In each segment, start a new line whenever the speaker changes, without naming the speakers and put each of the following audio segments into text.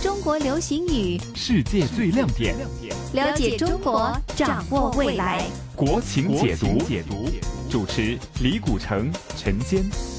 中国流行语，
世界最亮点，
了解中国，掌握未来。
国情解读，主持李古城、陈坚。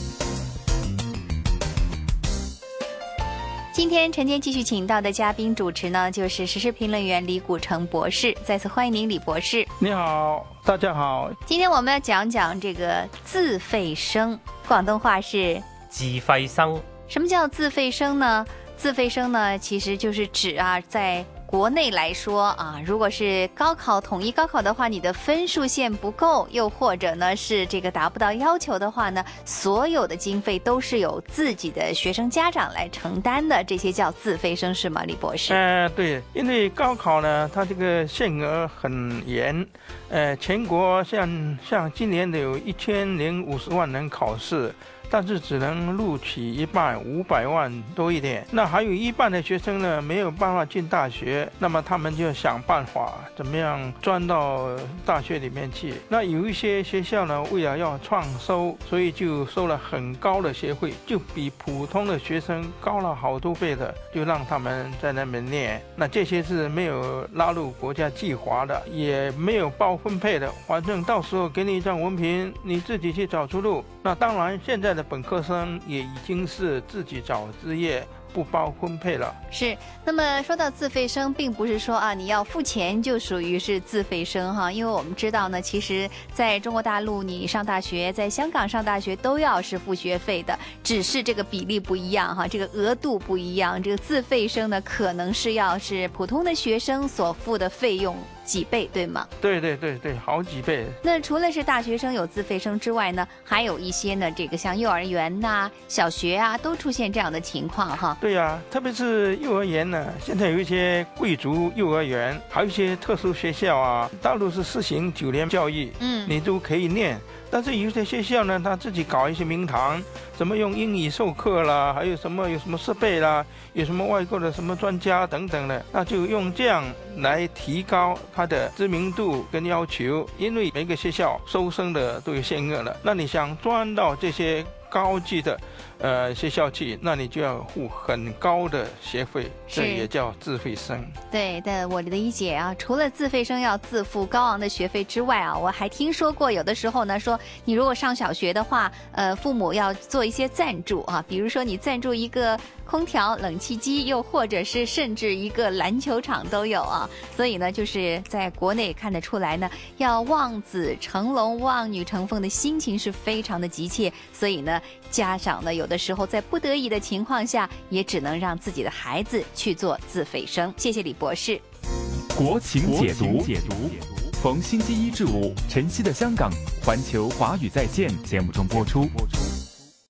今天陈坚继续请到的嘉宾主持呢，就是时事评论员李古城博士。再次欢迎您，李博士。
你好，大家好。
今天我们要讲讲这个自费生，广东话是
自费生。
什么叫自费生呢？自费生呢，其实就是指在国内来说如果是高考统一高考的话，你的分数线不够，又或者呢是这个达不到要求的话呢，所有的经费都是由自己的学生家长来承担的，这些叫自费生是吗，李博士？
对，因为高考呢，它这个限额很严，全国像今年的有1050万人考试。但是只能录取一半，500万多一点。那还有一半的学生呢，没有办法进大学，那么他们就想办法怎么样钻到大学里面去。那有一些学校呢，为了要创收，所以就收了很高的学费，就比普通的学生高了好多倍的，就让他们在那边念。那这些是没有纳入国家计划的，也没有包分配的，反正到时候给你一张文凭，你自己去找出路。那当然现在的本科生也已经是自己找职业，不包分配了。
是，那么说到自费生，并不是说你要付钱就属于是自费生哈，因为我们知道呢，其实在中国大陆你上大学，在香港上大学都要是付学费的，只是这个比例不一样哈，这个额度不一样。这个自费生呢，可能是要是普通的学生所付的费用几倍，对吗？
对，好几倍。
那除了是大学生有自费生之外呢，还有一些呢，这个像幼儿园小学都出现这样的情况哈。
对呀，特别是幼儿园呢，现在有一些贵族幼儿园，还有一些特殊学校大陆是实行9年教育，你都可以念。但是有些学校呢，他自己搞一些名堂，什么用英语授课啦，还有什么设备啦，有什么外国的什么专家等等的，那就用这样来提高它的知名度跟要求。因为每个学校收生的都有限额了，那你想钻到这些高级的学校去，那你就要付很高的学费，这也叫自费生。
对，但我的理解除了自费生要自付高昂的学费之外我还听说过有的时候呢，说你如果上小学的话，父母要做一些赞助比如说你赞助一个空调、冷气机，又或者是甚至一个篮球场都有所以呢，就是在国内看得出来呢，要望子成龙、望女成凤的心情是非常的急切，所以呢，家长呢有的时候在不得已的情况下，也只能让自己的孩子去做自费生。谢谢李博士。
国情解读，逢星期一至五，晨曦的香港环球华语在线节目中播出。